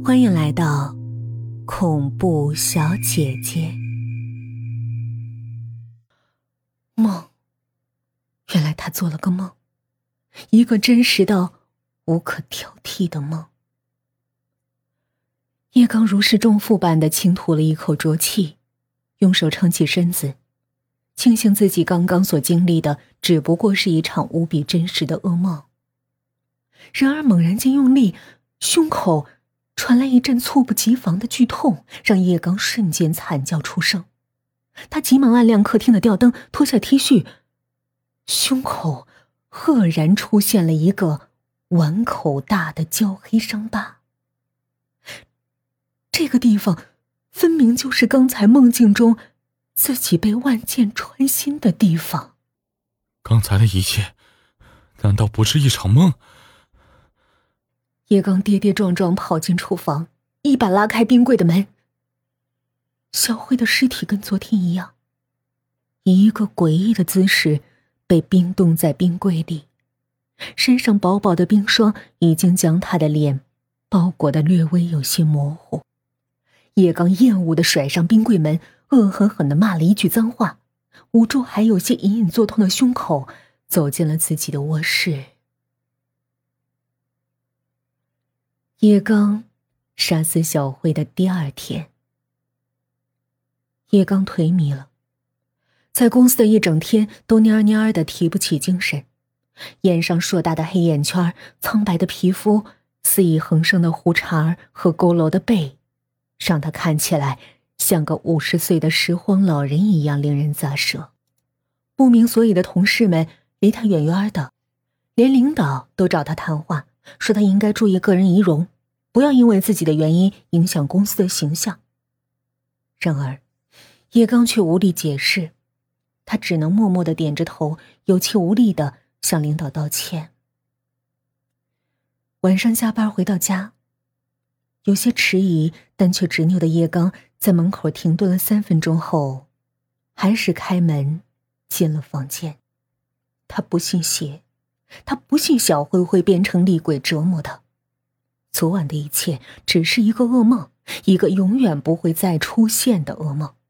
欢迎来到恐怖小姐姐。梦，原来她做了个梦，一个真实到无可挑剔的梦。叶刚如释重负般地轻吐了一口浊气，用手撑起身子，庆幸自己刚刚所经历的只不过是一场无比真实的噩梦。然而猛然间用力，胸口传来一阵猝不及防的剧痛，让叶刚瞬间惨叫出声。他急忙按亮客厅的吊灯，脱下 T 恤，胸口赫然出现了一个碗口大的焦黑伤疤。这个地方分明就是刚才梦境中自己被万箭穿心的地方。 刚才的一切难道不是一场梦？ 叶刚跌跌撞撞跑进厨房，一把拉开冰柜的门。小慧的尸体跟昨天一样，以一个诡异的姿势被冰冻在冰柜里，身上薄薄的冰霜已经将她的脸包裹得略微有些模糊。叶刚厌恶地甩上冰柜门，恶狠狠地骂了一句脏话，捂住还有些隐隐作痛的胸口，走进了自己的卧室。叶刚杀死小慧的第二天，叶刚颓靡了，在公司的一整天都蔫蔫的提不起精神，眼上硕大的黑眼圈，苍白的皮肤，肆意横生的胡茬和佝偻的背，让他看起来像个50岁的拾荒老人一样令人咋舌。不明所以的同事们离他远远的，连领导都找他谈话，说他应该注意个人仪容，不要因为自己的原因影响公司的形象。然而叶刚却无力解释，他只能默默地点着头，有气无力地向领导道歉。晚上下班回到家，有些迟疑但却执拗的叶刚在门口停顿了3分钟后，还是开门进了房间。他不信邪，他不信小慧会变成厉鬼折磨他。昨晚的一切只是一个噩梦，一个永远不会再出现的噩梦。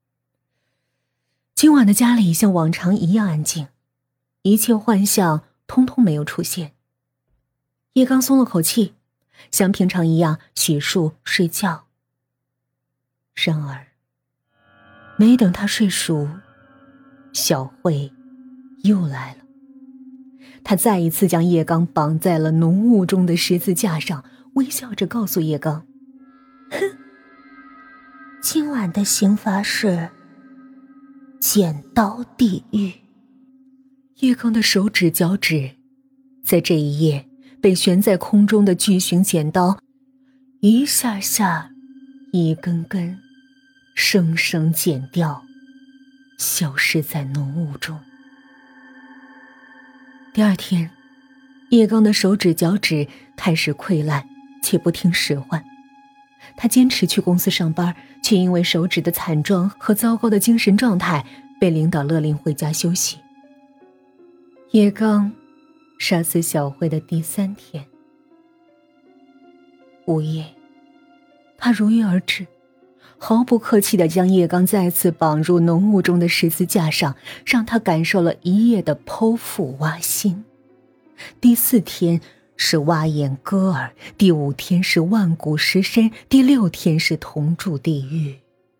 今晚的家里像往常一样安静，一切幻象通通没有出现。叶刚松了口气，像平常一样洗漱睡觉。然而没等他睡熟，小慧又来了。她再一次将叶刚绑在了浓雾中的十字架上，微笑着告诉叶刚：哼，今晚的刑罚是剪刀地狱。叶刚的手指脚趾在这一夜被悬在空中的巨型剪刀一下下一根根生生剪掉，消失在浓雾中。第二天，叶刚的手指脚趾开始溃烂，且不听使唤。他坚持去公司上班，却因为手指的惨状和糟糕的精神状态，被领导勒令回家休息。叶刚杀死小慧的第3天，午夜，他如约而至，毫不客气地将叶刚再次绑入浓雾中的十字架上，让他感受了一夜的剖腹挖心。第4天是挖眼割耳，第5天是万骨蚀身，第6天是同住地狱。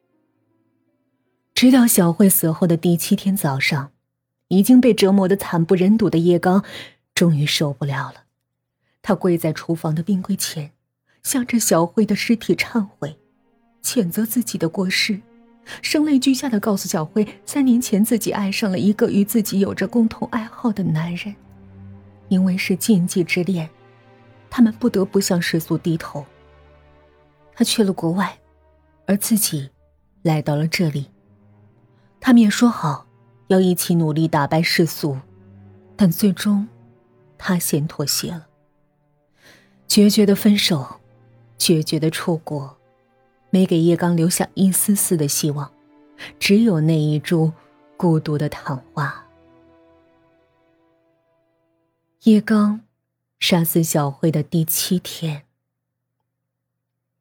直到小慧死后的第7天早上，已经被折磨得惨不忍睹的叶刚终于受不了了。他跪在厨房的冰柜前，向着小慧的尸体忏悔，谴责自己的过失，声泪俱下地告诉小慧，3年前自己爱上了一个与自己有着共同爱好的男人，因为是禁忌之恋，他们不得不向世俗低头。他去了国外，而自己来到了这里。他们也说好要一起努力打败世俗，但最终他先妥协了。决绝的分手，决绝的出国，没给叶刚留下一丝丝的希望，只有那一株孤独的昙花。叶刚杀死小慧的第7天，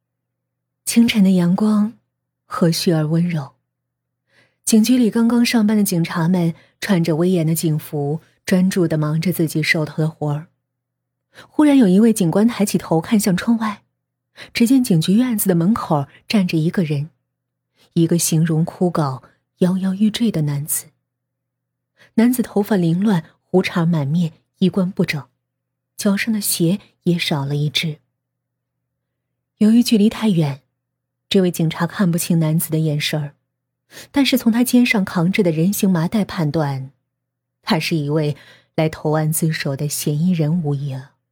清晨的阳光和煦而温柔，警局里刚刚上班的警察们穿着威严的警服，专注地忙着自己手头的活儿。忽然有一位警官抬起头看向窗外，只见警局院子的门口站着一个人，一个形容枯槁、摇摇欲坠的男子。男子头发凌乱，胡茬满面，衣冠不整，脚上的鞋也少了一只。由于距离太远，这位警察看不清男子的眼神儿，但是从他肩上扛着的人形麻袋判断，他是一位来投案自首的嫌疑人无疑了。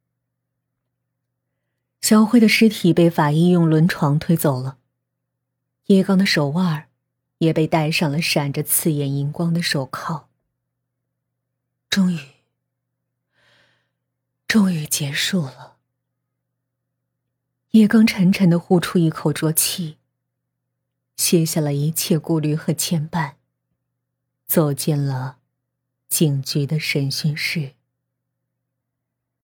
小慧的尸体被法医用轮床推走了，叶刚的手腕也被戴上了闪着刺眼荧光的手铐。终于结束了。叶刚沉沉地呼出一口浊气，卸下了一切顾虑和牵绊，走进了警局的审讯室。